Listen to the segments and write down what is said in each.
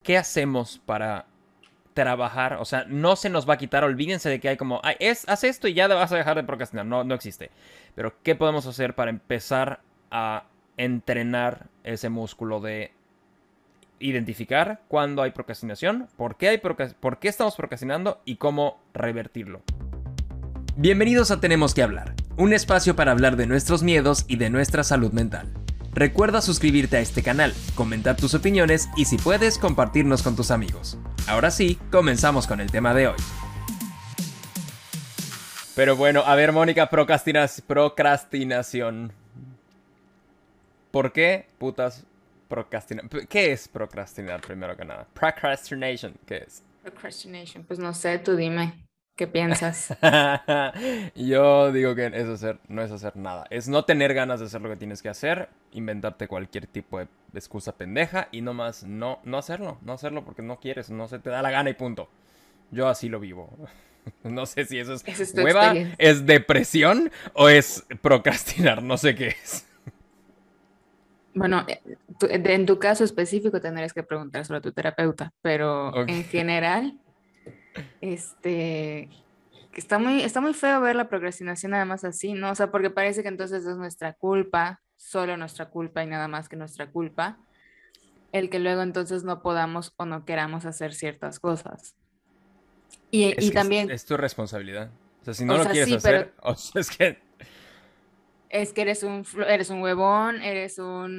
¿qué hacemos para trabajar? O sea, no se nos va a quitar, olvídense de que hay como, "Ay, haz esto y ya vas a dejar de procrastinar". No, no existe. Pero ¿qué podemos hacer para empezar a entrenar ese músculo de identificar cuándo hay procrastinación, por qué estamos procrastinando y cómo revertirlo? Bienvenidos a Tenemos que hablar, un espacio para hablar de nuestros miedos y de nuestra salud mental. Recuerda suscribirte a este canal, comentar tus opiniones y si puedes compartirnos con tus amigos. Ahora sí, comenzamos con el tema de hoy. Pero bueno, a ver, Mónica, procrastinación. ¿Por qué putas procrastinar? ¿Qué es procrastinar primero que nada? Procrastination, ¿qué es? Procrastination, pues no sé, tú dime, ¿qué piensas? Yo digo que no es hacer nada. Es no tener ganas de hacer lo que tienes que hacer, inventarte cualquier tipo de excusa pendeja y nomás no hacerlo. No hacerlo porque no quieres, no se te da la gana y punto. Yo así lo vivo. No sé si eso es Esa es tu hueva, experiencia. es depresión o es procrastinar. No sé qué es. Bueno, en tu caso específico tendrías que preguntar sobre tu terapeuta, pero Ok. en general, está muy feo ver la procrastinación nada más así, ¿no? O sea, porque parece que entonces es nuestra culpa, solo nuestra culpa y nada más que nuestra culpa, el que luego entonces no podamos o no queramos hacer ciertas cosas. Es Y que también, es tu responsabilidad. O sea, si no o lo sea, quieres sí, pero hacer, o sea, es que es que eres un huevón, eres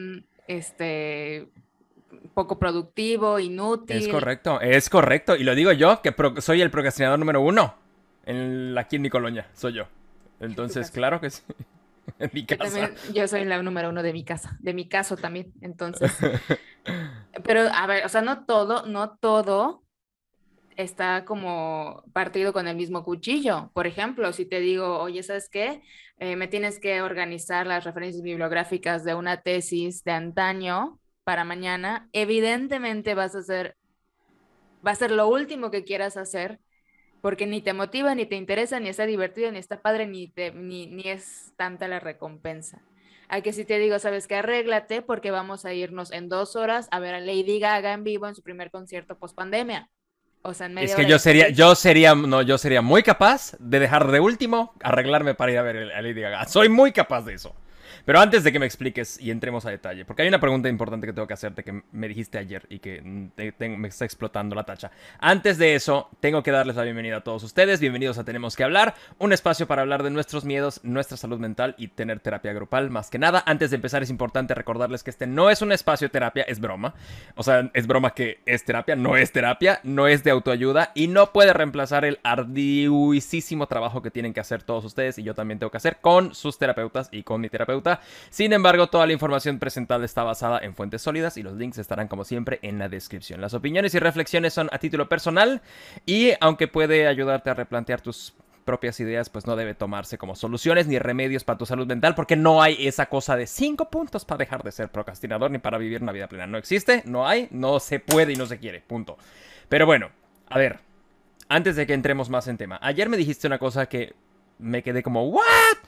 poco productivo, es inútil. correcto, es correcto. Y lo digo yo, que soy el procrastinador número uno aquí en mi colonia, soy yo. En tu Entonces, caso. claro que sí, en mi Yo casa. también, yo soy la número uno de mi casa, de mi caso también. Entonces, pero a ver, o sea, no todo está como partido con el mismo cuchillo. Por ejemplo, si te digo, oye, ¿sabes qué? Me tienes que organizar las referencias bibliográficas de una tesis de antaño para mañana, evidentemente va a ser lo último que quieras hacer porque ni te motiva, ni te interesa, ni está divertido, ni está padre, ni es tanta la recompensa. A que si te digo, sabes que arréglate porque vamos a irnos en 2 horas a ver a Lady Gaga en vivo en su primer concierto post pandemia. O sea, en Es media que hora ya estás listo. yo sería muy capaz de dejar de último arreglarme para ir a ver a Lady Gaga. Soy muy capaz de eso. Pero antes de que me expliques y entremos a detalle, porque hay una pregunta importante que tengo que hacerte que me dijiste ayer y que me está explotando la tacha. Antes de eso, tengo que darles la bienvenida a todos ustedes. Bienvenidos a Tenemos que hablar, un espacio para hablar de nuestros miedos, nuestra salud mental y tener terapia grupal. Más que nada, antes de empezar es importante recordarles que este no es un espacio de terapia, es broma. O sea, es broma que es terapia, no es de autoayuda y no puede reemplazar el arduísimo trabajo que tienen que hacer todos ustedes y yo también tengo que hacer con sus terapeutas y con mi terapeuta. Sin embargo, toda la información presentada está basada en fuentes sólidas y los links estarán como siempre en la descripción. Las opiniones y reflexiones son a título personal y aunque puede ayudarte a replantear tus propias ideas, pues no debe tomarse como soluciones ni remedios para tu salud mental, porque no hay esa cosa de 5 puntos para dejar de ser procrastinador ni para vivir una vida plena. No existe, no hay, no se puede y no se quiere, punto. Pero bueno, a ver, antes de que entremos más en tema, ayer me dijiste una cosa que me quedé como, ¿what?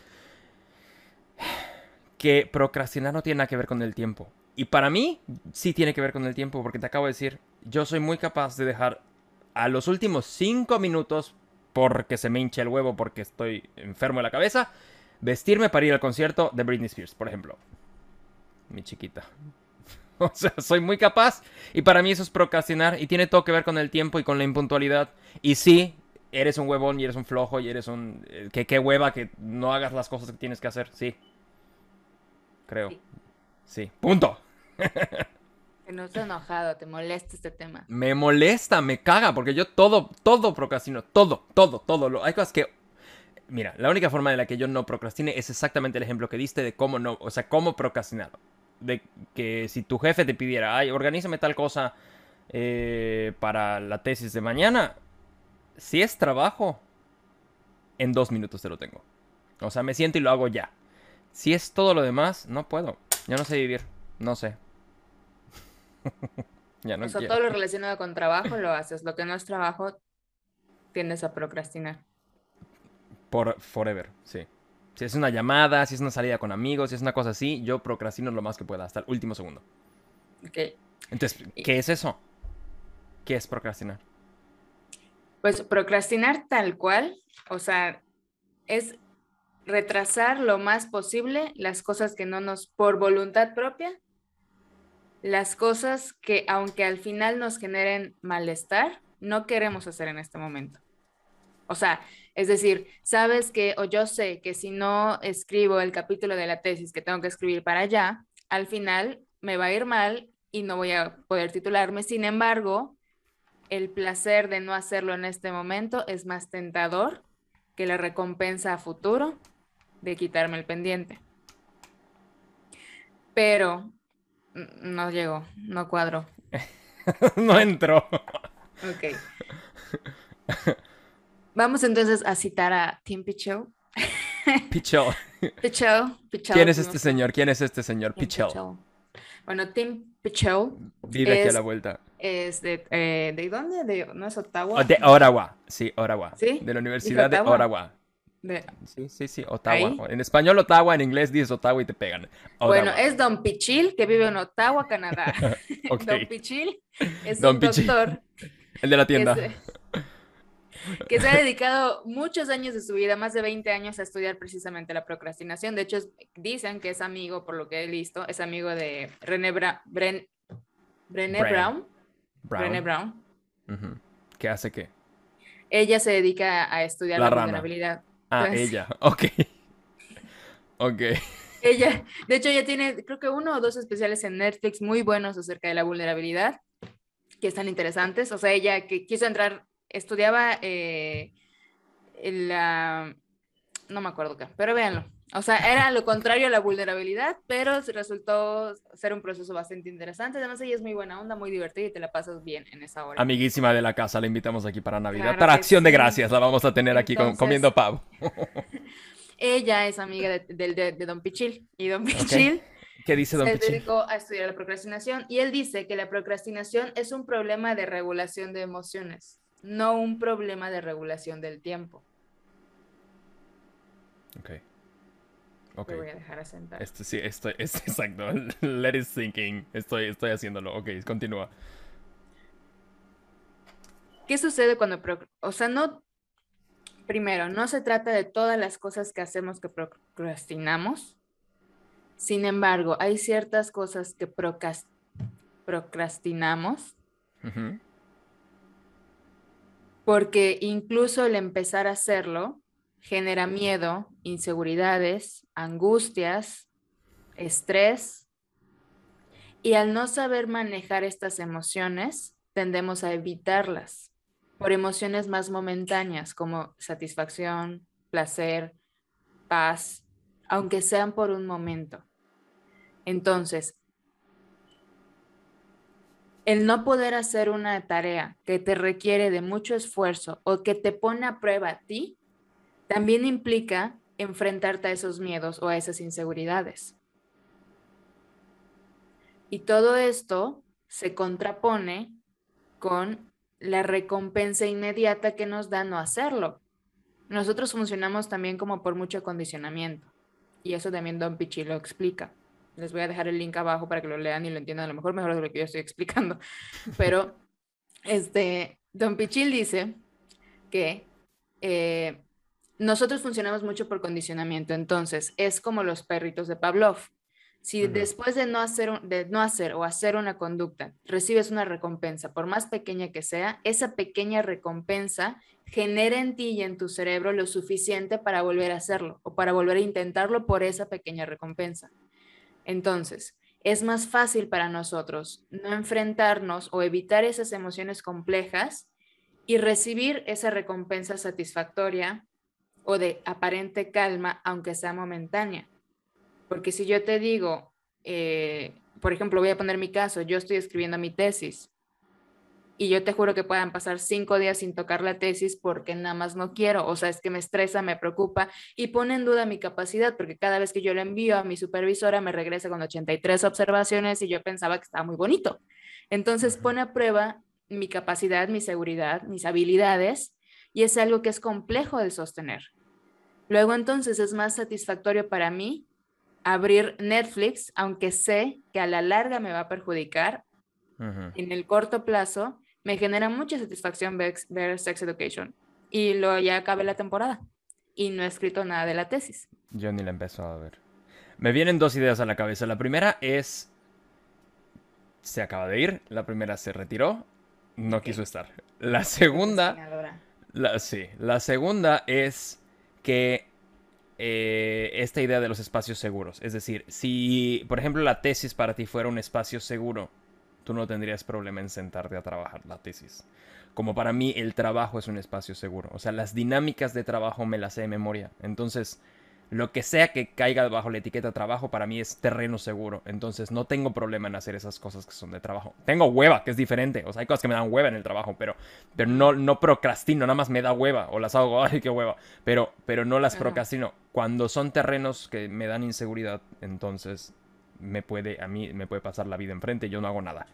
Que procrastinar no tiene nada que ver con el tiempo. Y para mí sí tiene que ver con el tiempo, porque te acabo de decir, yo soy muy capaz de dejar a los últimos 5 minutos, porque se me hincha el huevo, porque estoy enfermo de la cabeza, vestirme para ir al concierto de Britney Spears, por ejemplo. Mi chiquita. O sea, soy muy capaz. Y para mí eso es procrastinar. Y tiene todo que ver con el tiempo y con la impuntualidad. Y sí, eres un huevón y eres un flojo y eres un... que qué hueva que no hagas las cosas que tienes que hacer. Sí, creo. Sí, Sí. Punto. que no estés enojado, te molesta este tema. Me molesta, me caga, porque yo todo procrastino. Todo. Hay cosas que... Mira, la única forma de la que yo no procrastine es exactamente el ejemplo que diste de cómo no... O sea, cómo procrastinar. De que si tu jefe te pidiera, ay, organízame tal cosa para la tesis de mañana, si es trabajo, en 2 minutos te lo tengo. O sea, me siento y lo hago ya. Si es todo lo demás, no puedo. Yo no sé vivir. No sé. Ya O no sea, quiero. todo lo relacionado con trabajo lo haces, lo que no es trabajo tiendes a procrastinar. Por forever, sí. Si es una llamada, si es una salida con amigos, si es una cosa así, yo procrastino lo más que pueda, hasta el último segundo. Ok. Entonces, Y, ¿qué es eso? ¿Qué es procrastinar? Pues procrastinar tal cual, o sea, es retrasar lo más posible las cosas que no nos, por voluntad propia, las cosas que aunque al final nos generen malestar, no queremos hacer en este momento. O sea, es decir, sabes que, o yo sé que si no escribo el capítulo de la tesis que tengo que escribir para allá, al final me va a ir mal y no voy a poder titularme. Sin embargo, el placer de no hacerlo en este momento es más tentador que la recompensa a futuro de quitarme el pendiente. Pero no llegó, no cuadro. No entró. Ok. Vamos entonces a citar a Tim Pichel. Pichel. ¿Quién Pichel, es este señor? ¿Quién es este señor? Tim Pichel. Pichel. Bueno, Tim Pichel Vive aquí a la es, vuelta. es ¿de dónde? ¿No es Oh, Ottawa? de No. Ottawa. Sí, Ottawa. ¿Sí? De la Dije Universidad de Ottawa. Ottawa. De Sí, Ottawa. ahí. En español Ottawa, en inglés dices Ottawa y te pegan. Bueno, Ottawa. es Don Pichil, que vive en Ottawa, Canadá. Ok. Don Pichil es Don un Pichi. doctor El de la que tienda. se, que se ha dedicado muchos años de su vida, más de 20 años, a estudiar precisamente la procrastinación. De hecho, dicen que es amigo, por lo que he visto, es amigo de Brené Bran. Brown. Brené Brown. Brown. Ujú. ¿Qué hace qué? Ella se dedica a estudiar La la rana. vulnerabilidad. Ah, Entonces, ella. Ok. Ok. ella, de hecho, ella tiene, creo que uno o dos especiales en Netflix muy buenos acerca de la vulnerabilidad, que están interesantes. O sea, ella que quiso entrar, estudiaba la, no me acuerdo qué, pero véanlo. O sea, era lo contrario a la vulnerabilidad, pero resultó ser un proceso bastante interesante. Además, ella es muy buena onda, muy divertida y te la pasas bien en esa hora. Amiguísima de la casa, la invitamos aquí para Navidad. Claro Para que Acción de sí. Gracias, la vamos a tener aquí Entonces, comiendo pavo. ella es amiga de Don Pichil y Don Ok. Pichil ¿Qué dice Don se Pichi? dedicó a estudiar la procrastinación y él dice que la procrastinación es un problema de regulación de emociones, no un problema de regulación del tiempo. Ok. Ok. Lo voy a dejar asentar. Sí, exacto. Let it sinking. Estoy haciéndolo. Ok, continúa. ¿Qué sucede cuando, o sea, no, primero, no se trata de todas las cosas que hacemos que procrastinamos. Sin embargo, hay ciertas cosas que procrastinamos Ujú. porque incluso el empezar a hacerlo genera miedo, inseguridades, angustias, estrés, y al no saber manejar estas emociones, tendemos a evitarlas por emociones más momentáneas como satisfacción, placer, paz, aunque sean por un momento. Entonces, el no poder hacer una tarea que te requiere de mucho esfuerzo o que te pone a prueba a ti, también implica enfrentarte a esos miedos o a esas inseguridades. Y todo esto se contrapone con la recompensa inmediata que nos da no hacerlo. Nosotros funcionamos también como por mucho condicionamiento. Y eso también Don Pichi lo explica. Les voy a dejar el link abajo para que lo lean y lo entiendan a lo mejor de lo que yo estoy explicando. Pero Don Pichil dice que nosotros funcionamos mucho por condicionamiento. Entonces, es como los perritos de Pavlov. Si Ujú. después de no hacer o hacer una conducta recibes una recompensa, por más pequeña que sea, esa pequeña recompensa genera en ti y en tu cerebro lo suficiente para volver a hacerlo o para volver a intentarlo por esa pequeña recompensa. Entonces, es más fácil para nosotros no enfrentarnos o evitar esas emociones complejas y recibir esa recompensa satisfactoria o de aparente calma, aunque sea momentánea. Porque si yo te digo, por ejemplo, voy a poner mi caso, yo estoy escribiendo mi tesis y yo te juro que puedan pasar 5 días sin tocar la tesis porque nada más no quiero, o sea, es que me estresa, me preocupa y pone en duda mi capacidad porque cada vez que yo lo envío a mi supervisora me regresa con 83 observaciones y yo pensaba que estaba muy bonito. Entonces Ujú. pone a prueba mi capacidad, mi seguridad, mis habilidades y es algo que es complejo de sostener. Luego entonces es más satisfactorio para mí abrir Netflix, aunque sé que a la larga me va a perjudicar Ujú. en el corto plazo, Me genera mucha satisfacción ver Sex Education. Y lo ya acabé la temporada. Y no he escrito nada de la tesis. Yo ni la empezó a ver. Me vienen dos ideas a la cabeza. La primera es... Se acaba de ir. La primera se retiró. No Ok, quiso estar. La segunda... procrastinadora. Sí. La segunda es que esta idea de los espacios seguros. Es decir, si, por ejemplo, la tesis para ti fuera un espacio seguro, tú no tendrías problema en sentarte a trabajar la tesis. Como para mí el trabajo es un espacio seguro. O sea, las dinámicas de trabajo me las sé de memoria. Entonces, lo que sea que caiga bajo la etiqueta trabajo para mí es terreno seguro. Entonces, no tengo problema en hacer esas cosas que son de trabajo. Tengo hueva, que es diferente. O sea, hay cosas que me dan hueva en el trabajo, pero no, no procrastino, nada más me da hueva. O las hago, ay, qué hueva. Pero no las Ajá. procrastino. Cuando son terrenos que me dan inseguridad, entonces a mí me puede pasar la vida enfrente y yo no hago nada.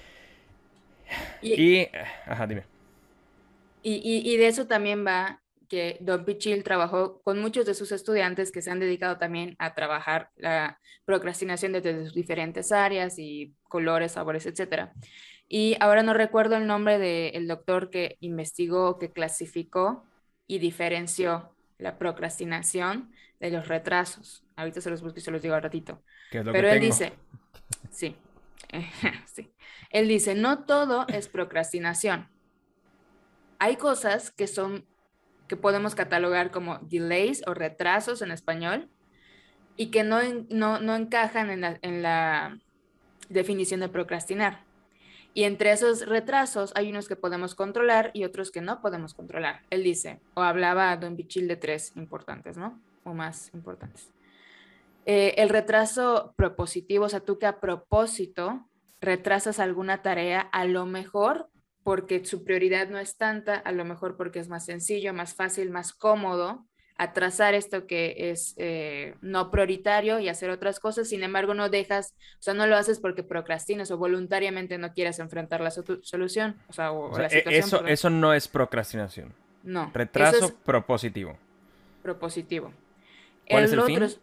Y, Y, ajá, dime. y de eso también va que Don Pichil trabajó con muchos de sus estudiantes que se han dedicado también a trabajar la procrastinación desde sus diferentes áreas y colores, sabores, etcétera. Y ahora no recuerdo el nombre del doctor que investigó, que clasificó y diferenció la procrastinación de los retrasos. Ahorita se los busco y se los digo al ratito. ¿Qué es lo que Pero él tengo? dice, sí, sí. Él dice, no todo es procrastinación. Hay cosas que podemos catalogar como delays o retrasos en español y que no encajan en la definición de procrastinar. Y entre esos retrasos hay unos que podemos controlar y otros que no podemos controlar. Él dice, o hablaba Don Bichil de tres importantes, ¿no? O más importantes. El retraso propositivo, o sea, tú que a propósito retrasas alguna tarea, a lo mejor porque su prioridad no es tanta, a lo mejor porque es más sencillo, más fácil, más cómodo atrasar esto que es no prioritario y hacer otras cosas, sin embargo no dejas, o sea, no lo haces porque procrastinas o voluntariamente no quieres enfrentar la solución, o sea, O o sea, la situación, perdón. eso no es procrastinación. No, eso Retraso es propositivo. propositivo. ¿Cuál es El el otro fin? es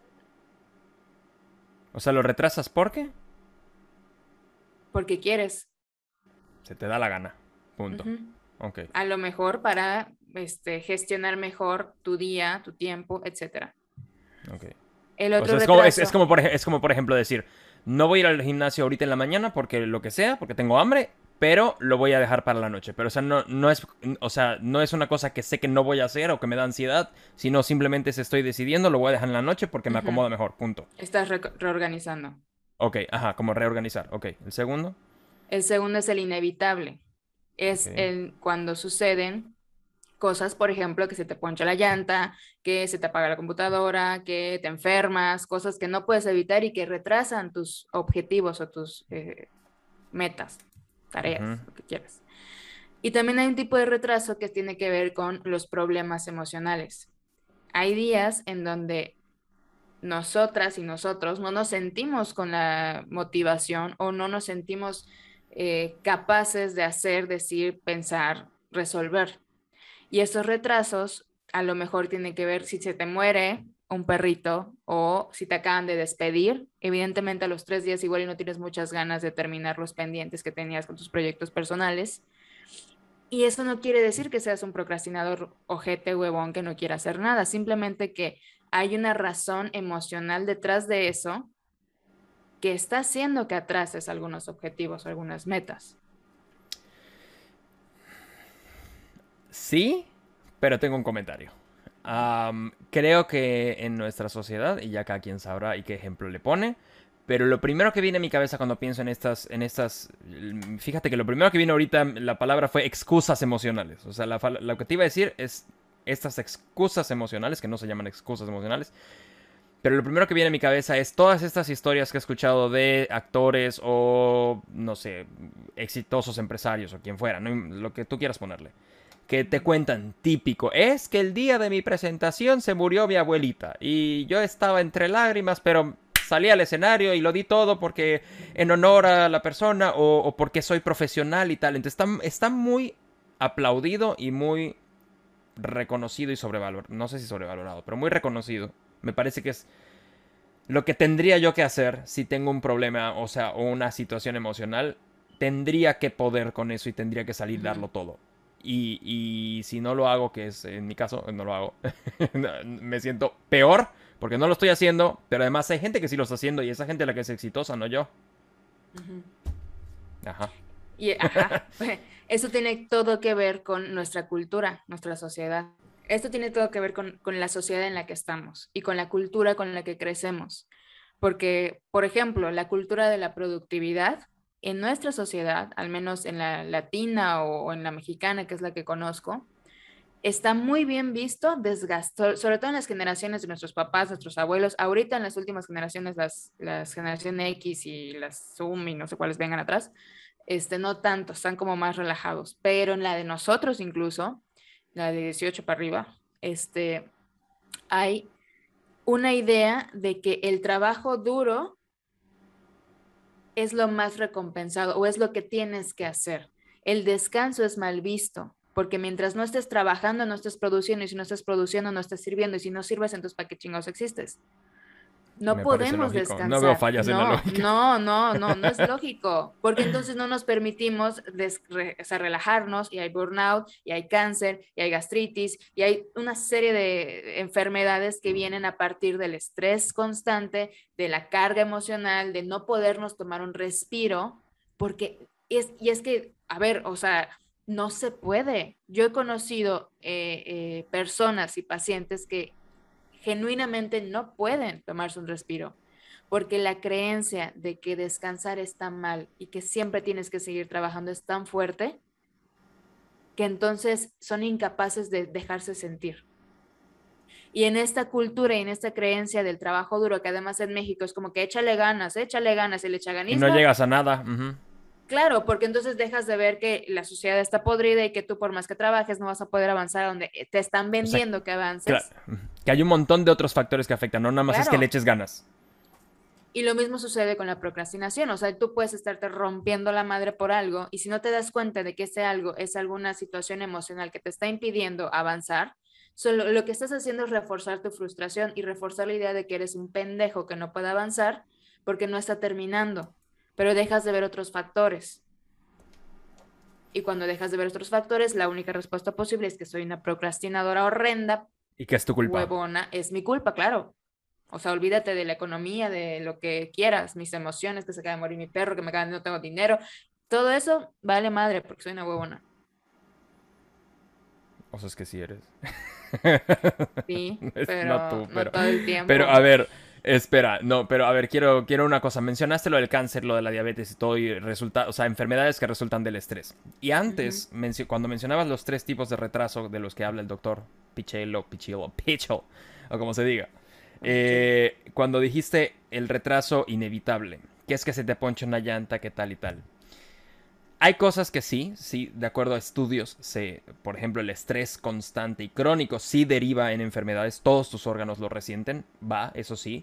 O sea, lo retrasas porque porque quieres. se te da la gana. Punto. Ujú. Ok, A lo mejor para gestionar mejor tu día, tu tiempo, etcétera. ok. El O otro sea, retraso, es como por ejemplo decir, no voy a ir al gimnasio ahorita en la mañana porque lo que sea, porque tengo hambre, pero lo voy a dejar para la noche. Pero o sea, no es, o sea, no es una cosa que sé que no voy a hacer o que me da ansiedad, sino simplemente si estoy decidiendo, lo voy a dejar en la noche porque me ujú, acomoda mejor. Punto. estás reorganizando. Ok, ajá, como reorganizar. Ok, el segundo. El segundo es el inevitable. Ok. Es cuando suceden cosas, por ejemplo, que se te poncha la llanta, que se te apaga la computadora, que te enfermas, cosas que no puedes evitar y que retrasan tus objetivos o tus metas, Ujú. tareas, lo que quieras. Y también hay un tipo de retraso que tiene que ver con los problemas emocionales. Hay días en donde nosotras y nosotros no nos sentimos con la motivación o no nos sentimos capaces de hacer, decir, pensar, resolver. Y estos retrasos a lo mejor tienen que ver si se te muere un perrito o si te acaban de despedir. Evidentemente a los 3 días igual y no tienes muchas ganas de terminar los pendientes que tenías con tus proyectos personales. Y eso no quiere decir que seas un procrastinador ojete, huevón, que no quiera hacer nada. Simplemente que hay una razón emocional detrás de eso que está haciendo que atrases algunos objetivos o algunas metas. Sí, pero tengo un comentario. Creo que en nuestra sociedad, y ya cada quien sabrá y qué ejemplo le pone, pero lo primero que viene a mi cabeza cuando pienso fíjate que lo primero que viene ahorita, la palabra fue excusas emocionales. O sea, lo que te iba a decir es estas excusas emocionales, que no se llaman excusas emocionales, pero lo primero que viene a mi cabeza es todas estas historias que he escuchado de actores o, no sé, exitosos empresarios o quien fuera, ¿no? Lo que tú quieras ponerle que te cuentan, típico, es que el día de mi presentación se murió mi abuelita y yo estaba entre lágrimas, pero salí al escenario y lo di todo porque en honor a la persona o porque soy profesional y tal. Entonces está muy aplaudido y muy reconocido y sobrevalorado. No sé si sobrevalorado, pero muy reconocido. Me parece que es lo que tendría yo que hacer si tengo un problema, o sea, o una situación emocional. tendría que poder con eso y tendría que salir Ujú, darlo todo. Y si no lo hago, que es en mi caso, no lo hago, me siento peor porque no lo estoy haciendo, pero además hay gente que sí lo está haciendo y esa gente es la que es exitosa, no yo. ujú. Ajá. Y, ajá, eso tiene todo que ver con nuestra cultura, nuestra sociedad. Esto tiene todo que ver con la sociedad en la que estamos y con la cultura con la que crecemos. Porque, por ejemplo, la cultura de la productividad en nuestra sociedad, al menos en la latina o en la mexicana, que es la que conozco, está muy bien visto, desgastó, sobre todo en las generaciones de nuestros papás, nuestros abuelos, ahorita en las últimas generaciones, las generaciones X y las Zoom y no sé cuáles vengan atrás, no tanto, están como más relajados, pero en la de nosotros incluso, la de 18 para arriba, hay una idea de que el trabajo duro es lo más recompensado o es lo que tienes que hacer. El descanso es mal visto, porque mientras no estés trabajando, no estés produciendo, y si no estás produciendo, no estás sirviendo, y si no sirves, entonces ¿para qué chingados existes? No Me parece podemos lógico. No veo descansar. fallas en la No, lógica. no, no, no, no es lógico, porque entonces no nos permitimos o sea, relajarnos y hay burnout y hay cáncer y hay gastritis y hay una serie de enfermedades que vienen a partir del estrés constante, de la carga emocional, de no podernos tomar un respiro, porque y es que, a ver, o sea, no se puede. Yo he conocido personas y pacientes que genuinamente no pueden tomarse un respiro, porque la creencia de que descansar está mal y que siempre tienes que seguir trabajando es tan fuerte que entonces son incapaces de dejarse sentir. Y en esta cultura y en esta creencia del trabajo duro, que además en México es como que échale ganas, el Y no echaganismo, llegas a nada. Ujú. claro, porque entonces dejas de ver que la sociedad está podrida y que tú por más que trabajes no vas a poder avanzar a donde te están O sea, vendiendo que claro. avances. Que hay un montón de otros factores que afectan. No nada más es que le Claro, eches ganas. y lo mismo sucede con la procrastinación, o sea, tú puedes estarte rompiendo la madre por algo y si no te das cuenta de que ese algo es alguna situación emocional que te está impidiendo avanzar, solo lo que estás haciendo es reforzar tu frustración y reforzar la idea de que eres un pendejo que no puede avanzar porque no está terminando, pero dejas de ver otros factores. Y cuando dejas de ver otros factores, la única respuesta posible es que soy una procrastinadora horrenda, Y que es tu culpa. huevona, es mi culpa, claro. O sea, olvídate de la economía, de lo que quieras, mis emociones, que se acaba de morir mi perro, que me acaba de no tengo dinero. Todo eso vale madre porque soy una huevona. O sea, es que sí eres. Sí, No pero tú, no todo el pero a tiempo. ver, espera, no, pero a ver, quiero una cosa. Mencionaste lo del cáncer, lo de la diabetes y todo, y resulta, o sea, enfermedades que resultan del estrés. Y Ujú. antes, cuando mencionabas los tres tipos de retraso de los que habla el doctor Pichel, o como se diga, Como chile. cuando dijiste el retraso inevitable, que es que se te poncha una llanta, que tal y tal. Hay cosas que sí, sí, de acuerdo a estudios, por ejemplo, el estrés constante y crónico sí deriva en enfermedades, todos tus órganos lo resienten, va, eso sí,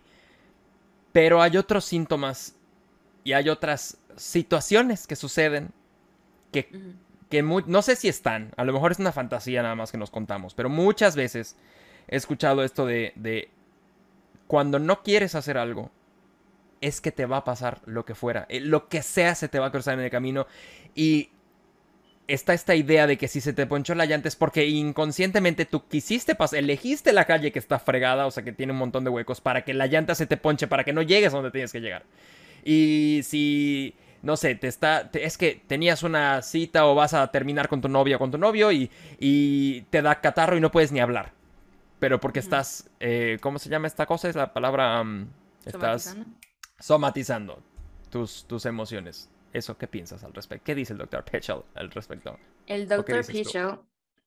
pero hay otros síntomas y hay otras situaciones que suceden que, Ujú. no sé si están, a lo mejor es una fantasía nada más que nos contamos, pero muchas veces he escuchado esto de cuando no quieres hacer algo, es que te va a pasar lo que fuera, lo que sea se te va a cruzar en el camino y está esta idea de que si se te ponchó la llanta es porque inconscientemente tú quisiste pasar, elegiste la calle que está fregada, o sea que tiene un montón de huecos para que la llanta se te ponche, para que no llegues a donde tienes que llegar. Y si, no sé, es que tenías una cita o vas a terminar con tu novia o con tu novio y te da catarro y no puedes ni hablar. Pero porque Ujú. estás, ¿cómo se llama esta cosa? Es la palabra, estás Somatizando. somatizando tus emociones. ¿Eso qué piensas al respecto? ¿Qué dice el doctor Pechel al respecto? El ¿O qué doctor dices tú? Pichel,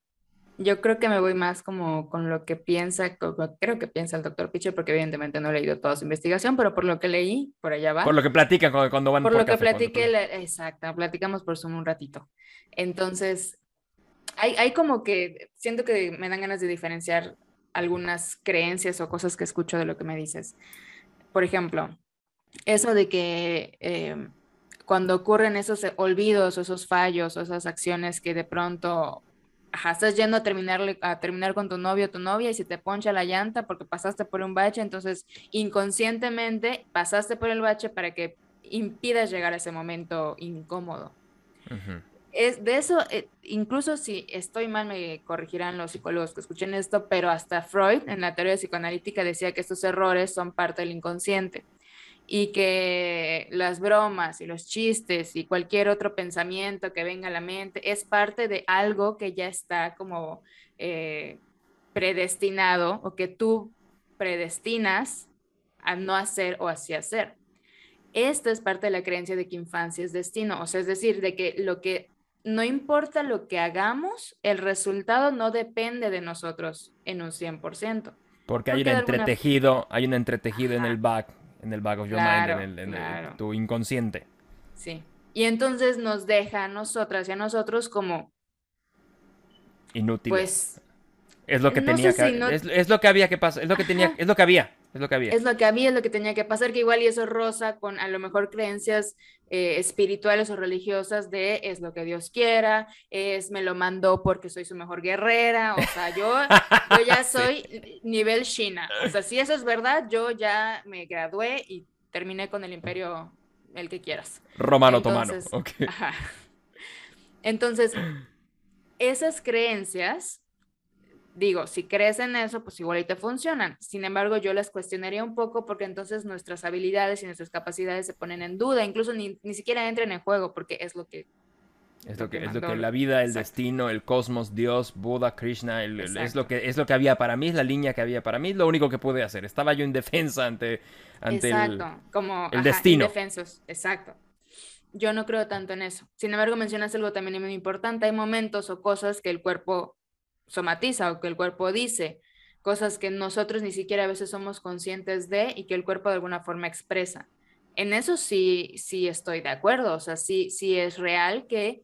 yo creo que me voy más como con lo que piensa, creo que piensa el doctor Pichel, porque evidentemente no he leído toda su investigación, pero por lo que leí, por allá Por va. lo que platican cuando van Por por lo que café. Cuando platiqué, exacto, platicamos por Zoom un ratito. Entonces, hay como que siento que me dan ganas de diferenciar algunas creencias o cosas que escucho de lo que me dices. Por ejemplo, eso de que cuando ocurren esos olvidos o esos fallos o esas acciones que de pronto ajá, estás yendo a terminar con tu novio o tu novia y se te poncha la llanta porque pasaste por un bache, entonces inconscientemente pasaste por el bache para que impidas llegar a ese momento incómodo. Ujú. Es de eso, incluso si estoy mal, me corregirán los psicólogos que escuchen esto, pero hasta Freud en la teoría psicoanalítica decía que estos errores son parte del inconsciente y que las bromas y los chistes y cualquier otro pensamiento que venga a la mente es parte de algo que ya está como eh, predestinado o que tú predestinas a no hacer o así hacer. Esto es parte de la creencia de que infancia es destino, o sea, es decir, de que lo que no importa lo que hagamos, el resultado no depende de nosotros en un 100%, Porque porque de alguna... hay un entretejido Ajá, en el back of your mind, claro, en claro, tu inconsciente. sí. Y entonces nos deja a nosotras y a nosotros como, Inútiles. pues, Es lo que no sé tenía si que, no... es lo que había que pasar, es lo que tenía, Ajá, es lo que había, es lo que había. es lo que había, es lo que tenía que pasar, que igual y eso rosa con a lo mejor creencias espirituales o religiosas de es lo que Dios quiera, es me lo mandó porque soy su mejor guerrera, o sea, yo ya Sí. soy nivel China, o sea, si eso es verdad, yo ya me gradué y terminé con el imperio, el que quieras. Romano otomano, Entonces, ok. ajá. Entonces, esas creencias digo, si crees en eso, pues igual y te funcionan. Sin embargo, yo las cuestionaría un poco porque entonces nuestras habilidades y nuestras capacidades se ponen en duda, incluso ni siquiera entran en juego porque es lo que Es lo que mandó. la vida, el Exacto, destino, el cosmos, Dios, Buda, Krishna, exacto, es lo que había para mí, es la línea que había para mí, es lo único que pude hacer. Estaba yo indefensa ante exacto, como, el ajá, destino. indefensos, exacto. Yo no creo tanto en eso. Sin embargo, mencionas algo también muy importante. Hay momentos o cosas que el cuerpo somatiza o que el cuerpo dice, cosas que nosotros ni siquiera a veces somos conscientes de y que el cuerpo de alguna forma expresa. En eso sí, sí estoy de acuerdo. O sea, sí, sí es real que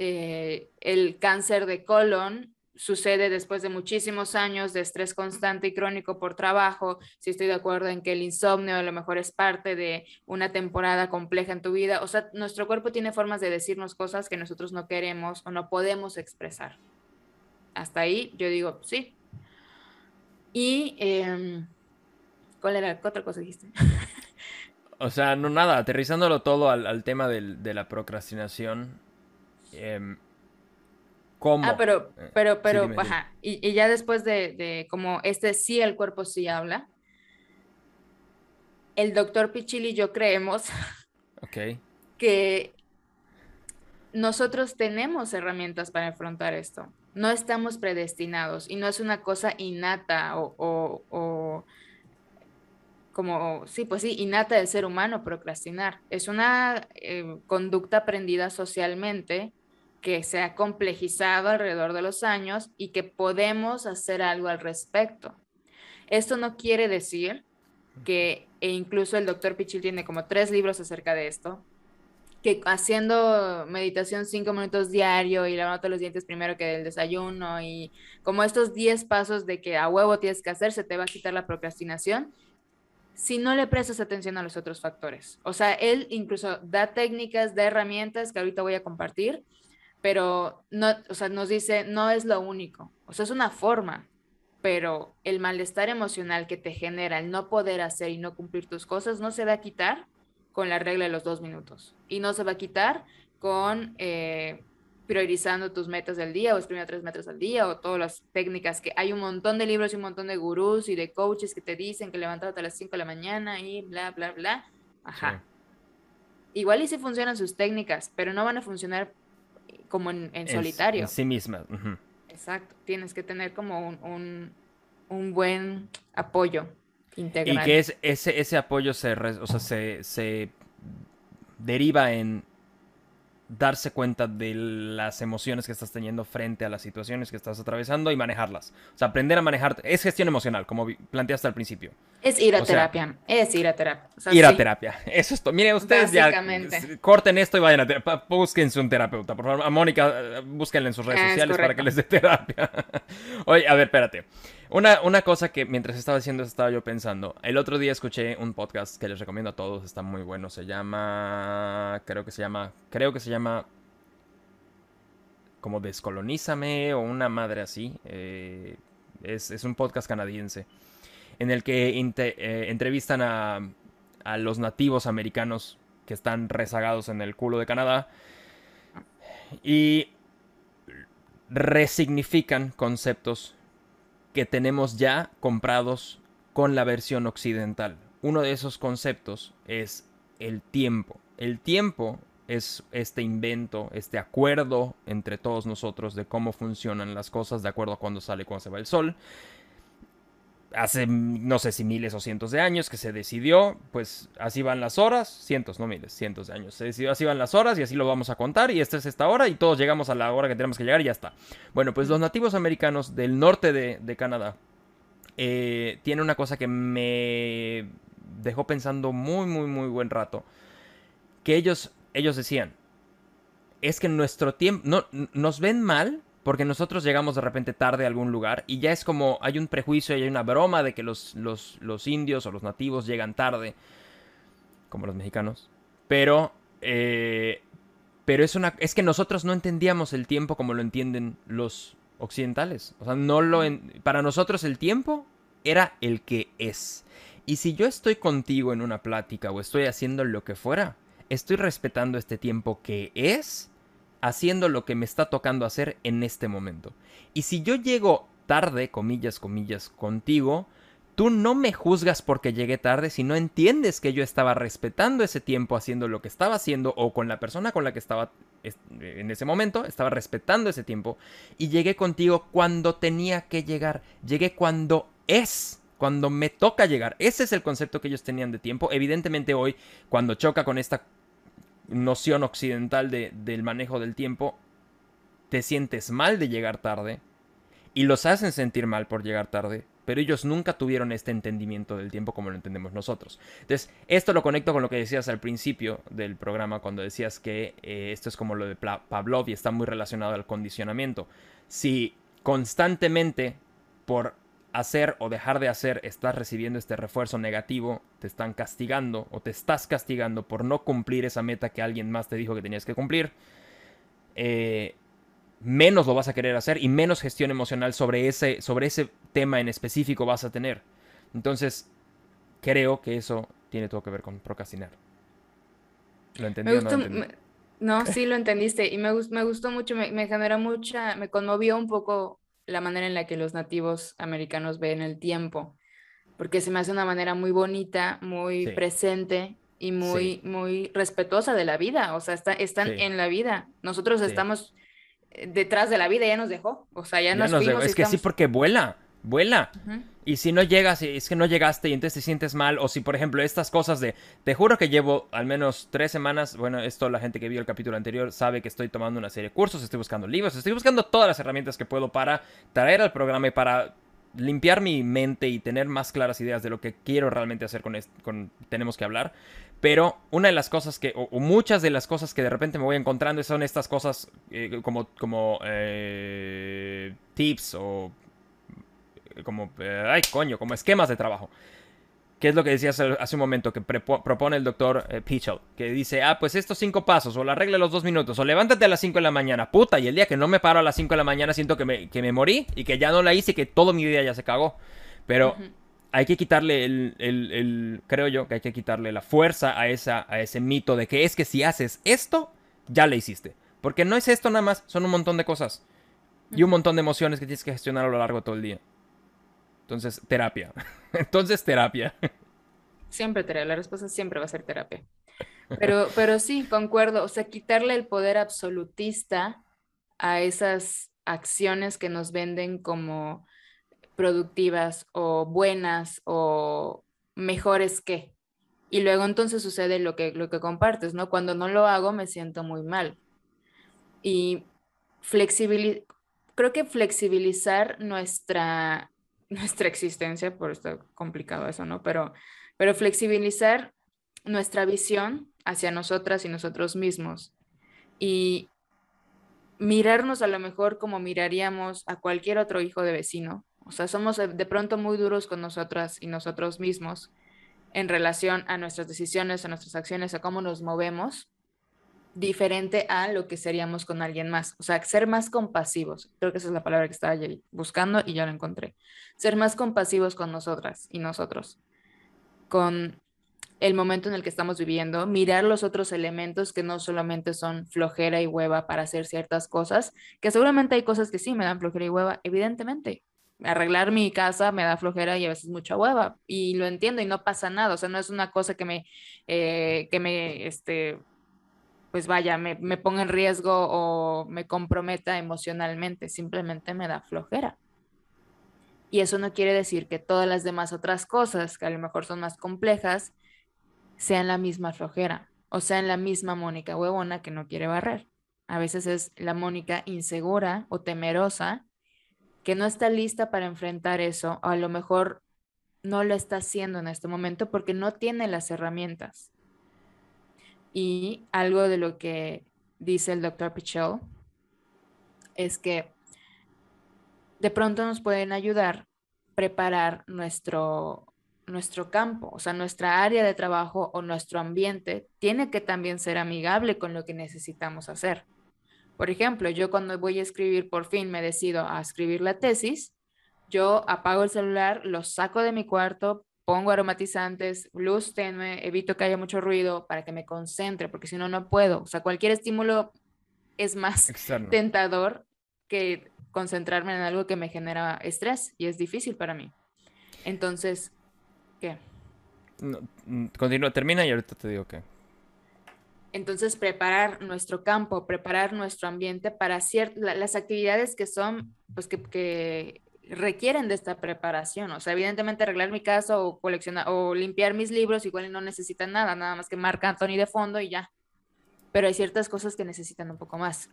el cáncer de colon sucede después de muchísimos años de estrés constante y crónico por trabajo. Sí estoy de acuerdo en que el insomnio a lo mejor es parte de una temporada compleja en tu vida. O sea, nuestro cuerpo tiene formas de decirnos cosas que nosotros no queremos o no podemos expresar. Hasta ahí yo digo, sí. Y, ¿cuál era? ¿Qué otra cosa dijiste? O sea, no nada, aterrizándolo todo al tema de la procrastinación. em, Ah, ¿Cómo? Sí, dime, dime. ajá. Y ya después de como este sí, el cuerpo sí habla, el doctor Pichil y yo creemos Ok. que nosotros tenemos herramientas para afrontar esto. No estamos predestinados y no es una cosa innata o como, sí, pues sí, innata del ser humano procrastinar. Es una conducta aprendida socialmente que se ha complejizado alrededor de los años y que podemos hacer algo al respecto. Esto no quiere decir que, e incluso el doctor Pichil tiene como 3 libros acerca de esto, que haciendo meditación 5 minutos diario y lavándote los dientes primero que el desayuno y como estos 10 pasos de que a huevo tienes que hacer, se te va a quitar la procrastinación si no le prestas atención a los otros factores. O sea, él incluso da técnicas, da herramientas que ahorita voy a compartir, pero no, o sea, nos dice, no es lo único. O sea, es una forma, pero el malestar emocional que te genera el no poder hacer y no cumplir tus cosas no se va a quitar con la regla de los 2 minutos. Y no se va a quitar con priorizando tus metas del día o escribiendo 3 metas al día o todas las técnicas que hay un montón de libros y un montón de gurús y de coaches que te dicen que levantarte a las 5 de la mañana y bla, bla, bla. Sí. Ajá. Igual y sí funcionan sus técnicas, pero no van a funcionar como en En solitario. sí mismas. Ujú. Exacto. Tienes que tener como un buen apoyo Y que integral. ese apoyo o sea, se deriva en darse cuenta de las emociones que estás teniendo frente a las situaciones que estás atravesando y manejarlas. O sea, aprender a manejar. Es gestión emocional, como planteaste al principio. Es ir a O sea, terapia, es ir a terapia. O sea, ir a sí, terapia. Eso es todo. Mire, ustedes ya básicamente. corten esto y vayan a terapia. Búsquense un terapeuta, por favor. A Mónica, búsquenla en sus redes Es sociales para que correcto. les dé terapia. Oye, a ver, espérate. Una cosa que mientras estaba haciendo eso estaba yo pensando. El otro día escuché un podcast que les recomiendo a todos. Está muy bueno. Se llama. Creo que se llama como Descolonízame o una madre así. Es un podcast canadiense en el que entrevistan a los nativos americanos que están rezagados en el culo de Canadá Y resignifican conceptos que tenemos ya comprados con la versión occidental. Uno de esos conceptos es el tiempo. El tiempo es este invento, este acuerdo entre todos nosotros de cómo funcionan las cosas de acuerdo a cuándo sale y cuándo se va el sol. Hace no sé si miles o cientos de años que se decidió, pues así van las horas, cientos, no miles, cientos de años. Se decidió así van las horas y así lo vamos a contar y esta es esta hora y todos llegamos a la hora que tenemos que llegar y ya está. Bueno, pues los nativos americanos del norte de Canadá tiene una cosa que me dejó pensando muy, muy, muy buen rato. Que ellos decían, es que nuestro tiempo, no, nos ven mal porque nosotros llegamos de repente tarde a algún lugar y ya es como, hay un prejuicio y hay una broma de que los indios o los nativos llegan tarde, como los mexicanos. Pero, pero es que nosotros no entendíamos el tiempo como lo entienden los occidentales. O sea, para nosotros el tiempo era el que es. Y si yo estoy contigo en una plática o estoy haciendo lo que fuera, estoy respetando este tiempo que es, haciendo lo que me está tocando hacer en este momento. Y si yo llego tarde, comillas, comillas, contigo, tú no me juzgas porque llegué tarde si no entiendes que yo estaba respetando ese tiempo haciendo lo que estaba haciendo o con la persona con la que estaba en ese momento, estaba respetando ese tiempo y llegué contigo cuando tenía que llegar, llegué cuando es, cuando me toca llegar. Ese es el concepto que ellos tenían de tiempo. Evidentemente hoy, cuando choca con esta noción occidental del manejo del tiempo, te sientes mal de llegar tarde y los hacen sentir mal por llegar tarde, pero ellos nunca tuvieron este entendimiento del tiempo como lo entendemos nosotros. Entonces, esto lo conecto con lo que decías al principio del programa, cuando decías que esto es como lo de Pavlov y está muy relacionado al condicionamiento. Si constantemente por hacer o dejar de hacer estás recibiendo este refuerzo negativo, te están castigando o te estás castigando por no cumplir esa meta que alguien más te dijo que tenías que cumplir, menos lo vas a querer hacer y menos gestión emocional sobre ese tema en específico vas a tener. Entonces, creo que eso tiene todo que ver con procrastinar. ¿Lo Me entendí o no lo gustó, entendí? no, sí lo entendiste y me gustó mucho, me generó mucha, me conmovió un poco la manera en la que los nativos americanos ven el tiempo, porque se me hace una manera muy bonita, muy Sí, presente y sí, muy respetuosa de la vida, o sea, están sí, en la vida, nosotros sí. estamos detrás de la vida, ya nos dejó, o sea, ya Ya nos no sé, fuimos y es que sí, estamos... porque vuela, vuela. Ujú. Y si no llegas, es que no llegaste y entonces te sientes mal. O si, por ejemplo, estas cosas de, te juro que llevo al menos 3 semanas, bueno, esto la gente que vio el capítulo anterior sabe que estoy tomando una serie de cursos, estoy buscando libros, estoy buscando todas las herramientas que puedo para traer al programa y para limpiar mi mente y tener más claras ideas de lo que quiero realmente hacer con tenemos que hablar. Pero una de las cosas que, o muchas de las cosas que de repente me voy encontrando son estas cosas como tips o ay coño, como esquemas de trabajo. ¿Qué es lo que decías hace un momento que propone el doctor Pichel? Que dice, pues estos 5 pasos, o la regla de los 2 minutos, o levántate a las 5 de la mañana, puta, y el día que no me paro a las 5 de la mañana siento que me morí y que ya no la hice y que todo mi día ya se cagó. Pero Ujú. hay que quitarle creo yo que hay que quitarle la fuerza a ese mito de que es que si haces esto, ya le hiciste. Porque no es esto nada más, son un montón de cosas. Y un Ujú. montón de emociones que tienes que gestionar a lo largo de todo el día. Entonces, terapia. Entonces, terapia. Siempre terapia, la respuesta siempre va a ser terapia. Pero sí, concuerdo, o sea, quitarle el poder absolutista a esas acciones que nos venden como productivas o buenas o mejores que. Y luego entonces sucede lo que compartes, ¿no? Cuando no lo hago me siento muy mal. Y flexibili creo que flexibilizar nuestra existencia, por estar complicado eso, ¿no? Pero flexibilizar nuestra visión hacia nosotras y nosotros mismos y mirarnos a lo mejor como miraríamos a cualquier otro hijo de vecino. O sea, somos de pronto muy duros con nosotras y nosotros mismos en relación a nuestras decisiones, a nuestras acciones, a cómo nos movemos, diferente a lo que seríamos con alguien más. O sea, ser más compasivos. Creo que esa es la palabra que estaba buscando y ya la encontré. Ser más compasivos con nosotras y nosotros, con el momento en el que estamos viviendo, mirar los otros elementos que no solamente son flojera y hueva para hacer ciertas cosas, que seguramente hay cosas que sí me dan flojera y hueva, evidentemente. Arreglar mi casa me da flojera y a veces mucha hueva, y lo entiendo y no pasa nada, o sea, no es una cosa pues vaya, me ponga en riesgo o me comprometa emocionalmente, simplemente me da flojera. Y eso no quiere decir que todas las demás otras cosas, que a lo mejor son más complejas, sean la misma flojera o sean la misma Mónica huevona que no quiere barrer. A veces es la Mónica insegura o temerosa que no está lista para enfrentar eso, o a lo mejor no lo está haciendo en este momento porque no tiene las herramientas. Y algo de lo que dice el doctor Pichel es que de pronto nos pueden ayudar a preparar nuestro campo, o sea, nuestra área de trabajo o nuestro ambiente tiene que también ser amigable con lo que necesitamos hacer. Por ejemplo, yo cuando voy a escribir, por fin me decido a escribir la tesis, yo apago el celular, lo saco de mi cuarto, pongo aromatizantes, luz tenue, evito que haya mucho ruido para que me concentre, porque si no, no puedo. O sea, cualquier estímulo es más Externo. tentador que concentrarme en algo que me genera estrés y es difícil para mí. Entonces, ¿qué? No, continúa, termina y ahorita te digo que. Entonces, preparar nuestro campo, preparar nuestro ambiente para las actividades que son, pues que requieren de esta preparación. O sea, evidentemente arreglar mi casa o coleccionar o limpiar mis libros igual no necesitan nada, nada más que marca Anthony de fondo y ya. Pero hay ciertas cosas que necesitan un poco más.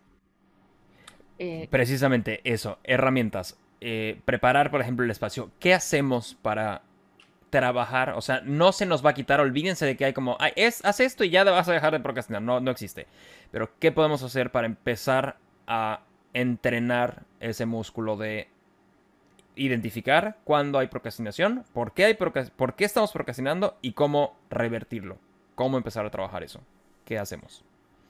Eh, Precisamente eso, herramientas. Preparar, por ejemplo, el espacio. ¿Qué hacemos para trabajar? O sea, no se nos va a quitar, olvídense de que hay como, "Ay, haz esto y ya vas a dejar de procrastinar". No, no existe. Pero, ¿qué podemos hacer para empezar a entrenar ese músculo de identificar cuándo hay procrastinación, por qué estamos procrastinando y cómo revertirlo? ¿Cómo empezar a trabajar eso? ¿Qué hacemos?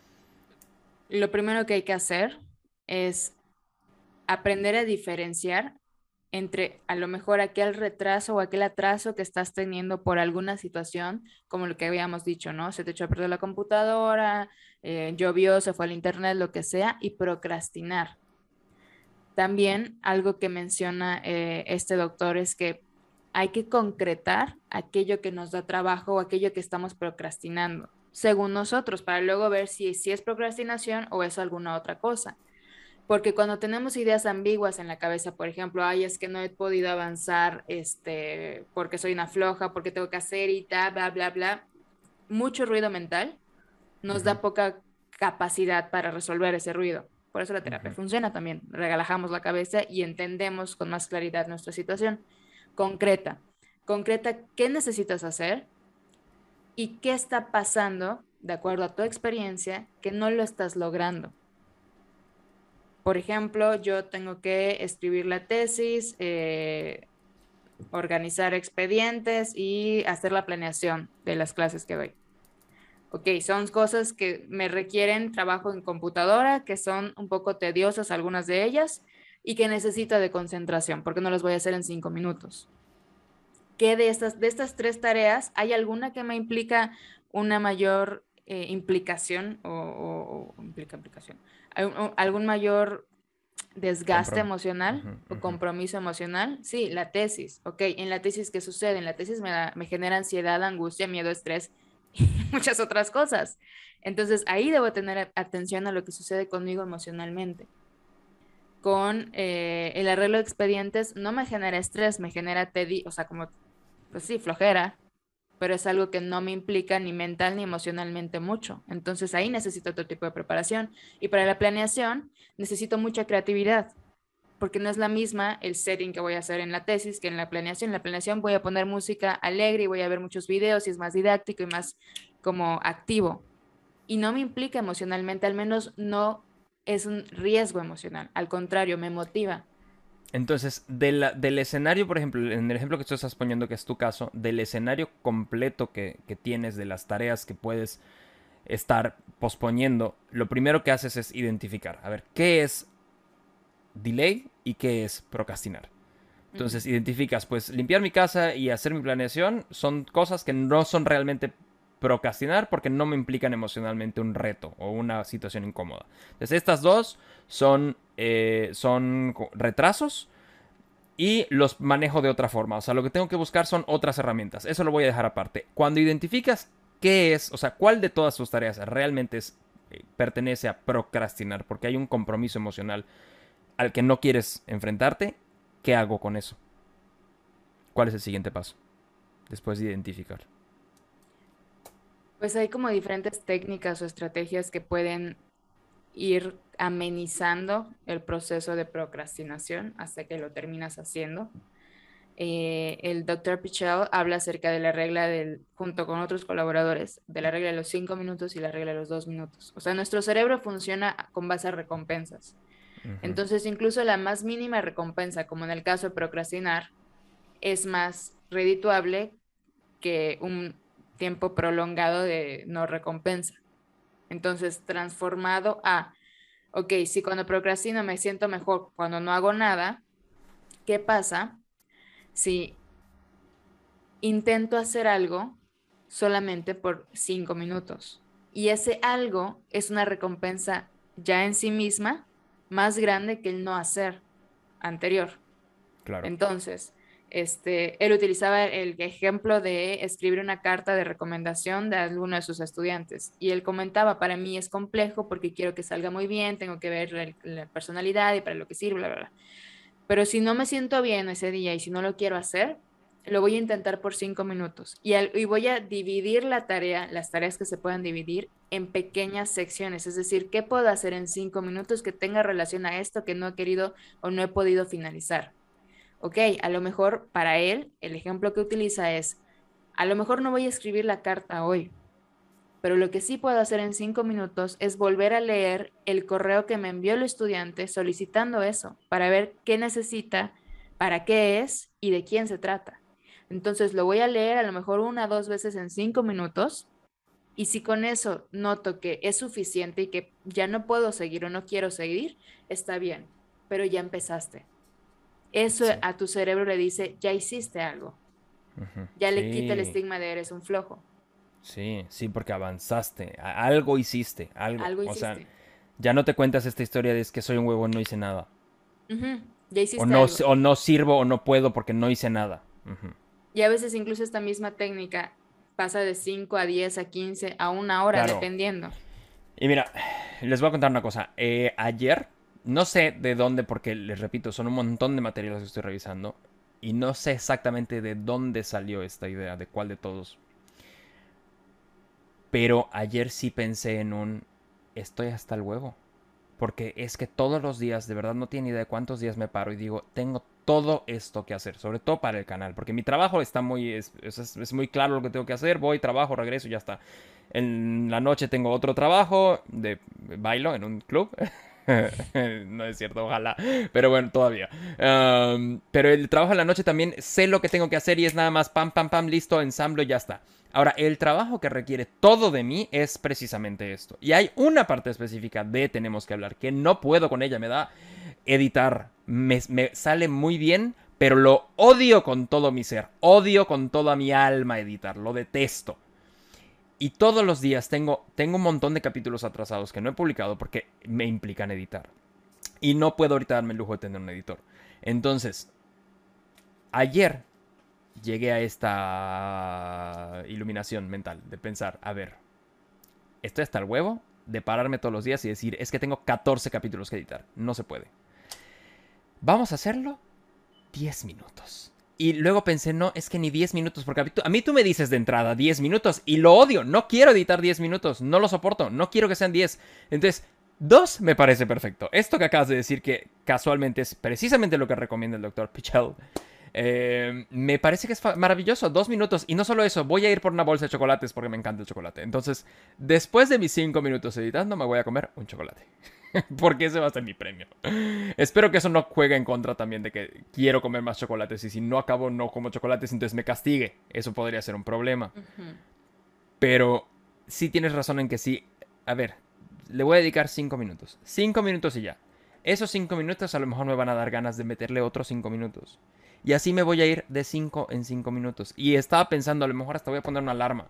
lo primero que hay que hacer es aprender a diferenciar entre a lo mejor aquel retraso o aquel atraso que estás teniendo por alguna situación, como lo que habíamos dicho, ¿no? Se te echó a perder la computadora, llovió, se fue al internet, lo que sea, y procrastinar. También algo que menciona este doctor es que hay que concretar aquello que nos da trabajo o aquello que estamos procrastinando, según nosotros, para luego ver si es procrastinación o es alguna otra cosa. Porque cuando tenemos ideas ambiguas en la cabeza, por ejemplo, ay, es que no he podido avanzar, porque soy una floja, porque tengo que hacer y tal, bla, bla, bla, mucho ruido mental nos Ujú, da poca capacidad para resolver ese ruido. Por eso la terapia ujú. funciona también. Relajamos la cabeza y entendemos con más claridad nuestra situación. Concreta. Concreta qué necesitas hacer y qué está pasando, de acuerdo a tu experiencia, que no lo estás logrando. Por ejemplo, yo tengo que escribir la tesis, organizar expedientes y hacer la planeación de las clases que doy. Ok, son cosas que me requieren trabajo en computadora, que son un poco tediosas algunas de ellas y que necesito de concentración, porque no las voy a hacer en 5 minutos. ¿Qué de estas tres tareas hay alguna que me implica una mayor implicación o implicación? ¿Algún mayor desgaste emocional Ujú, o ujú. compromiso emocional? Sí, la tesis. Ok, en la tesis, ¿qué sucede? En la tesis me genera ansiedad, angustia, miedo, estrés y muchas otras cosas. Entonces, ahí debo tener atención a lo que sucede conmigo emocionalmente. Con el arreglo de expedientes no me genera estrés, me genera tedio, o sea, como, pues sí, flojera, pero es algo que no me implica ni mental ni emocionalmente mucho. Entonces ahí necesito otro tipo de preparación. Y para la planeación necesito mucha creatividad, porque no es la misma el setting que voy a hacer en la tesis que en la planeación. En la planeación voy a poner música alegre y voy a ver muchos videos y es más didáctico y más como activo. Y no me implica emocionalmente, al menos no es un riesgo emocional. Al contrario, me motiva. Entonces, del escenario, por ejemplo, en el ejemplo que tú estás poniendo, que es tu caso, del escenario completo que tienes, de las tareas que puedes estar posponiendo, lo primero que haces es identificar, a ver, qué es delay y qué es procrastinar. Ujú. Entonces identificas, pues limpiar mi casa y hacer mi planeación son cosas que no son realmente procrastinar porque no me implican emocionalmente un reto o una situación incómoda. Entonces estas dos son retrasos y los manejo de otra forma. O sea, lo que tengo que buscar son otras herramientas. Eso lo voy a dejar aparte. Cuando identificas qué es, o sea, cuál de todas tus tareas realmente pertenece a procrastinar porque hay un compromiso emocional al que no quieres enfrentarte, ¿qué hago con eso? ¿Cuál es el siguiente paso? Después de identificar. Pues hay como diferentes técnicas o estrategias que pueden ir amenizando el proceso de procrastinación hasta que lo terminas haciendo. El doctor Pichel habla acerca de la regla junto con otros colaboradores, de la regla de los 5 minutos y la regla de los 2 minutos. O sea, nuestro cerebro funciona con base a recompensas. Ujú. Entonces, incluso la más mínima recompensa, como en el caso de procrastinar, es más redituable que un tiempo prolongado de no recompensa. Entonces, transformado a, ok, si cuando procrastino me siento mejor cuando no hago nada, ¿qué pasa si intento hacer algo solamente por 5 minutos? Y ese algo es una recompensa ya en sí misma más grande que el no hacer anterior. Claro. Entonces, él utilizaba el ejemplo de escribir una carta de recomendación de alguno de sus estudiantes y él comentaba, para mí es complejo porque quiero que salga muy bien, tengo que ver la personalidad y para lo que sirve, bla, bla, bla. Pero si no me siento bien ese día y si no lo quiero hacer, lo voy a intentar por 5 minutos y voy a dividir la tarea, las tareas que se puedan dividir en pequeñas secciones. Es decir, ¿qué puedo hacer en 5 minutos que tenga relación a esto que no he querido o no he podido finalizar? Ok, a lo mejor para él, el ejemplo que utiliza es, a lo mejor no voy a escribir la carta hoy, pero lo que sí puedo hacer en 5 minutos es volver a leer el correo que me envió el estudiante solicitando eso, para ver qué necesita, para qué es y de quién se trata. Entonces lo voy a leer a lo mejor 1 o 2 veces en 5 minutos y si con eso noto que es suficiente y que ya no puedo seguir o no quiero seguir, está bien, pero ya empezaste. Eso Sí. a tu cerebro le dice, ya hiciste algo, Ujú. ya le quita el Sí. estigma de eres un flojo, Sí, sí, porque avanzaste. Algo hiciste, algo. algo O sea, hiciste. ya no te cuentas esta historia de es que soy un huevo, no hice nada. Ujú, ya hiciste algo. O no sirvo o no puedo porque no hice nada. Ujú. Y a veces incluso esta misma técnica pasa de 5 a 10 a 15 a 1 hora, Claro. dependiendo. Y mira, les voy a contar una cosa. Ayer, no sé de dónde, porque les repito, son un montón de materiales que estoy revisando. Y no sé exactamente de dónde salió esta idea, de cuál de todos. Pero ayer sí pensé en estoy hasta el huevo. Porque es que todos los días, de verdad no tiene idea de cuántos días me paro y digo, tengo todo esto que hacer, sobre todo para el canal, porque mi trabajo está es muy claro lo que tengo que hacer, voy, trabajo, regreso y ya está. En la noche tengo otro trabajo de bailo en un club. No es cierto, ojalá. Pero bueno, todavía. Pero el trabajo en la noche también sé lo que tengo que hacer y es nada más pam, pam, pam, listo, ensamblo y ya está. Ahora, el trabajo que requiere todo de mí es precisamente esto. Y hay una parte específica de Tenemos que hablar que no puedo con ella, me da editar. Me sale muy bien, pero lo odio con todo mi ser. Odio con toda mi alma editar, lo detesto. Y todos los días tengo un montón de capítulos atrasados que no he publicado porque me implican editar. Y no puedo ahorita darme el lujo de tener un editor. Entonces, ayer llegué a esta iluminación mental de pensar, a ver, estoy hasta el huevo de pararme todos los días y decir, es que tengo 14 capítulos que editar. No se puede. Vamos a hacerlo 10 minutos. Y luego pensé, no, es que ni 10 minutos por capítulo. A mí tú me dices de entrada 10 minutos y lo odio. No quiero editar 10 minutos. No lo soporto. No quiero que sean 10. Entonces, 2 me parece perfecto. Esto que acabas de decir, que casualmente es precisamente lo que recomienda el doctor Pichel, me parece que es maravilloso. 2 minutos. Y no solo eso, voy a ir por una bolsa de chocolates porque me encanta el chocolate. Entonces, después de mis 5 minutos editando, me voy a comer un chocolate. Porque ese va a ser mi premio. Espero que eso no juegue en contra también de que quiero comer más chocolates. Y si no acabo, no como chocolates, entonces me castigue. Eso podría ser un problema. Ujú. Pero sí tienes razón en que sí. A ver, le voy a dedicar 5 minutos. 5 minutos y ya. Esos 5 minutos a lo mejor me van a dar ganas de meterle otros 5 minutos. Y así me voy a ir de 5 en 5 minutos. Y estaba pensando, a lo mejor hasta voy a poner una alarma.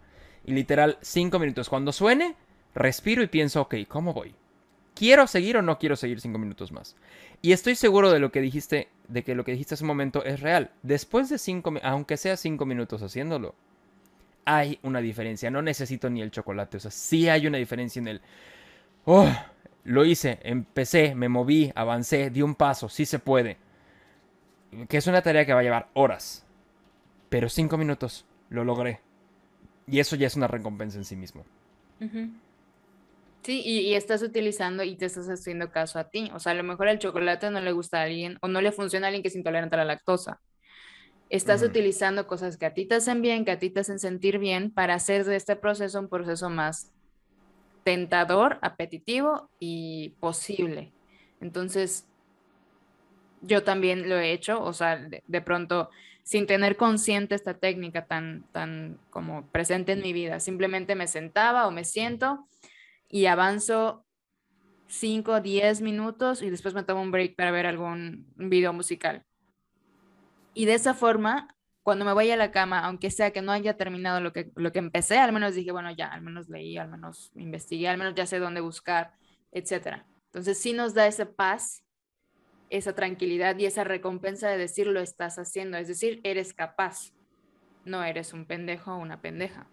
Y literal, 5 minutos. Cuando suene, respiro y pienso, ok, ¿cómo voy? ¿Quiero seguir o no quiero seguir 5 minutos más? Y estoy seguro de lo que dijiste, de que lo que dijiste hace un momento es real. Después de 5, aunque sea 5 minutos haciéndolo, hay una diferencia. No necesito ni el chocolate. O sea, sí hay una diferencia en el... Oh, lo hice, empecé, me moví, avancé, di un paso, sí se puede. Que es una tarea que va a llevar horas. Pero 5 minutos, lo logré. Y eso ya es una recompensa en sí mismo. Ujú. Sí, y estás utilizando y te estás haciendo caso a ti. O sea, a lo mejor el chocolate no le gusta a alguien o no le funciona a alguien que es intolerante a la lactosa. Estás Ujú. utilizando cosas que a ti te hacen bien, que a ti te hacen sentir bien, para hacer de este proceso un proceso más tentador, apetitivo y posible. Entonces, yo también lo he hecho, o sea, de pronto, sin tener consciente esta técnica tan como presente en mi vida, simplemente me sentaba o me siento y avanzo 5, 10 minutos y después me tomo un break para ver algún video musical. Y de esa forma, cuando me voy a la cama, aunque sea que no haya terminado lo que empecé, al menos dije, bueno, ya, al menos leí, al menos investigué, al menos ya sé dónde buscar, etcétera. Entonces sí nos da esa paz, esa tranquilidad y esa recompensa de decir lo estás haciendo, es decir, eres capaz, no eres un pendejo o una pendeja.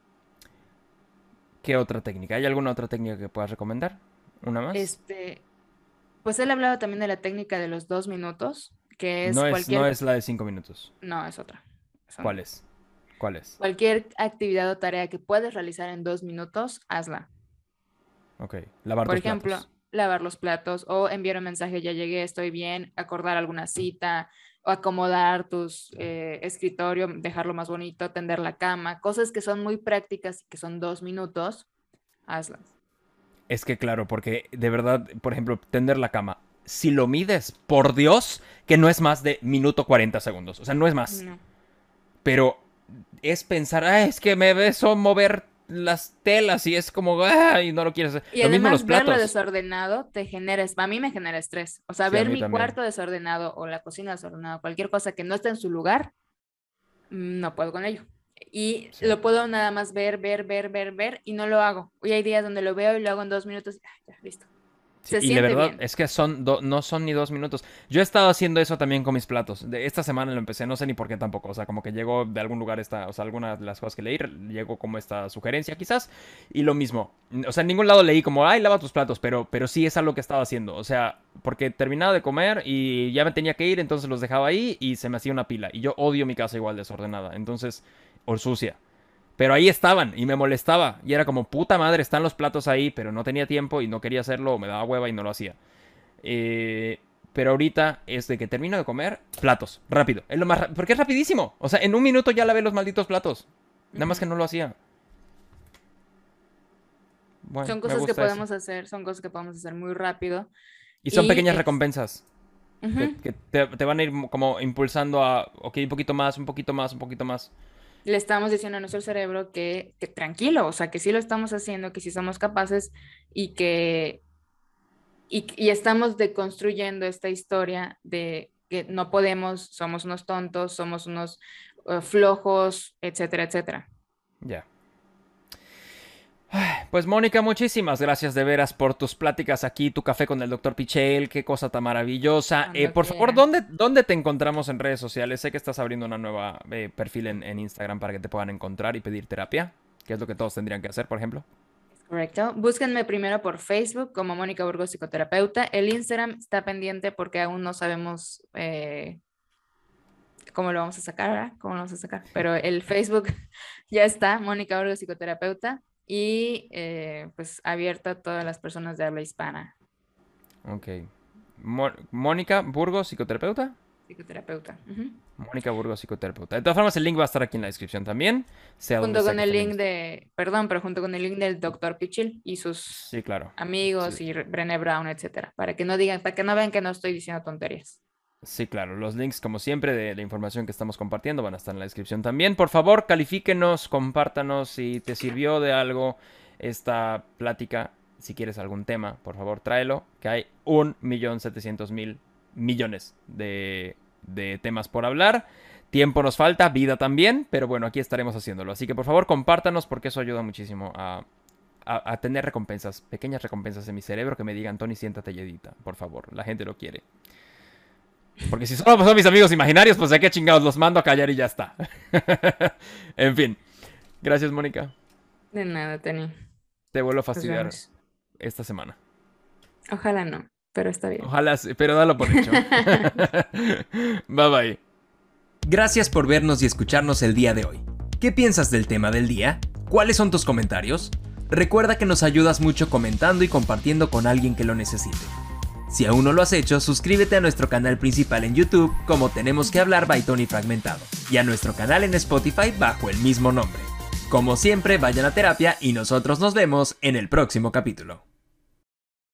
¿Qué otra técnica? ¿Hay alguna otra técnica que puedas recomendar? ¿Una más? Este, pues él hablaba también de la técnica de los 2 minutos, que es No es la de 5 minutos. no, es otra. ¿Cuál Son es? ¿Cuál es? cualquier actividad o tarea que puedes realizar en 2 minutos, hazla. Ok. Lavar Por tus ejemplo, platos. lavar los platos o enviar un mensaje, ya llegué, estoy bien, acordar alguna cita o acomodar tus escritorio, dejarlo más bonito, tender la cama, cosas que son muy prácticas y que son 2 minutos, hazlas. Es que claro, porque de verdad, por ejemplo, tender la cama. Si lo mides, por Dios, que no es más de minuto 40 segundos. O sea, no es más. No. Pero es pensar, ah, es que me ves o mover las telas y es como, ah, y no lo quieres hacer. Y Lo mismo los además verlo platos. desordenado te genera, a mí me genera estrés. O sea, Sí, a ver mí mi también. cuarto desordenado o la cocina desordenada, cualquier cosa que no esté en su lugar, no puedo con ello. Y Sí. lo puedo nada más ver y no lo hago. Hoy hay días donde lo veo y lo hago en 2 minutos. Ya, listo. Sí, Se y la siente verdad bien. es que no son ni 2 minutos. Yo he estado haciendo eso también con mis platos. Esta semana lo empecé, no sé ni por qué tampoco. O sea, como que llegó de algún lugar esta, o sea, alguna de las cosas que leí, llegó como esta sugerencia quizás. Y lo mismo. O sea, en ningún lado leí como, ay, lava tus platos, pero sí es algo que estaba haciendo. O sea, porque terminaba de comer y ya me tenía que ir, entonces los dejaba ahí y se me hacía una pila. Y yo odio mi casa igual desordenada. Entonces, o sucia. Pero ahí estaban y me molestaba. Y era como, puta madre, están los platos ahí, pero no tenía tiempo y no quería hacerlo, o me daba hueva y no lo hacía. Eh, pero ahorita es de que termino de comer, platos, rápido. Es lo más porque es rapidísimo. O sea, en un minuto ya lavé los malditos platos. Nada más que Ujú. no lo hacía. Bueno, Son me cosas que gusta eso. podemos hacer, son cosas que podemos hacer muy rápido. Y son Y pequeñas recompensas ujú, que te van a ir como impulsando a, ok, un poquito más, un poquito más, un poquito más. le estamos diciendo a nuestro cerebro que tranquilo, o sea, que sí lo estamos haciendo, que sí somos capaces y que y estamos deconstruyendo esta historia de que no podemos, somos unos tontos, somos unos flojos, etcétera, etcétera. Ya. Pues Mónica, muchísimas gracias de veras por tus pláticas aquí, tu café con el doctor Pichel, qué cosa tan maravillosa. Cuando Por favor, quieran. ¿dónde te encontramos en redes sociales? Sé que estás abriendo una nueva perfil en Instagram para que te puedan encontrar y pedir terapia, que es lo que todos tendrían que hacer, por ejemplo. Correcto. Búsquenme primero por Facebook como Mónica Burgos Psicoterapeuta. El Instagram está pendiente porque aún no sabemos cómo lo vamos a sacar, ¿verdad? ¿Cómo lo vamos a sacar? Pero el Facebook ya está, Mónica Burgos Psicoterapeuta, y pues abierto a todas las personas de habla hispana. Ok. Mónica Burgos, psicoterapeuta. Psicoterapeuta. Ujú. Mónica Burgos, psicoterapeuta. De todas formas, el link va a estar aquí en la descripción también, sea donde Junto sea con que el estén viendo link esto. perdón, pero junto con el link del doctor Pichil y sus Sí, claro. Sí. amigos y Brené Brown, etcétera, para que no digan, para que no vean que no estoy diciendo tonterías. Sí, claro. Los links, como siempre, de la información que estamos compartiendo van a estar en la descripción también. Por favor, califíquenos, compártanos si te sirvió de algo esta plática. Si quieres algún tema, por favor, tráelo. Que hay 1.700.000 millones de temas por hablar. Tiempo nos falta, vida también, pero bueno, aquí estaremos haciéndolo. Así que por favor compártanos porque eso ayuda muchísimo a tener recompensas, pequeñas recompensas en mi cerebro que me digan, Tony, siéntate y edita, por favor, la gente lo quiere. Porque si solo son mis amigos imaginarios, pues de qué chingados los mando a callar y ya está. En fin, gracias, Mónica. De nada, Tony. Te vuelvo a Nos fastidiar vemos. esta semana. Ojalá no, pero está bien. Ojalá, pero dalo por hecho. Bye bye. Gracias por vernos y escucharnos el día de hoy. ¿Qué piensas del tema del día? ¿Cuáles son tus comentarios? Recuerda que nos ayudas mucho comentando y compartiendo con alguien que lo necesite. Si aún no lo has hecho, suscríbete a nuestro canal principal en YouTube como Tenemos que Hablar by Tony Fragmentado y a nuestro canal en Spotify bajo el mismo nombre. Como siempre, vayan a terapia y nosotros nos vemos en el próximo capítulo.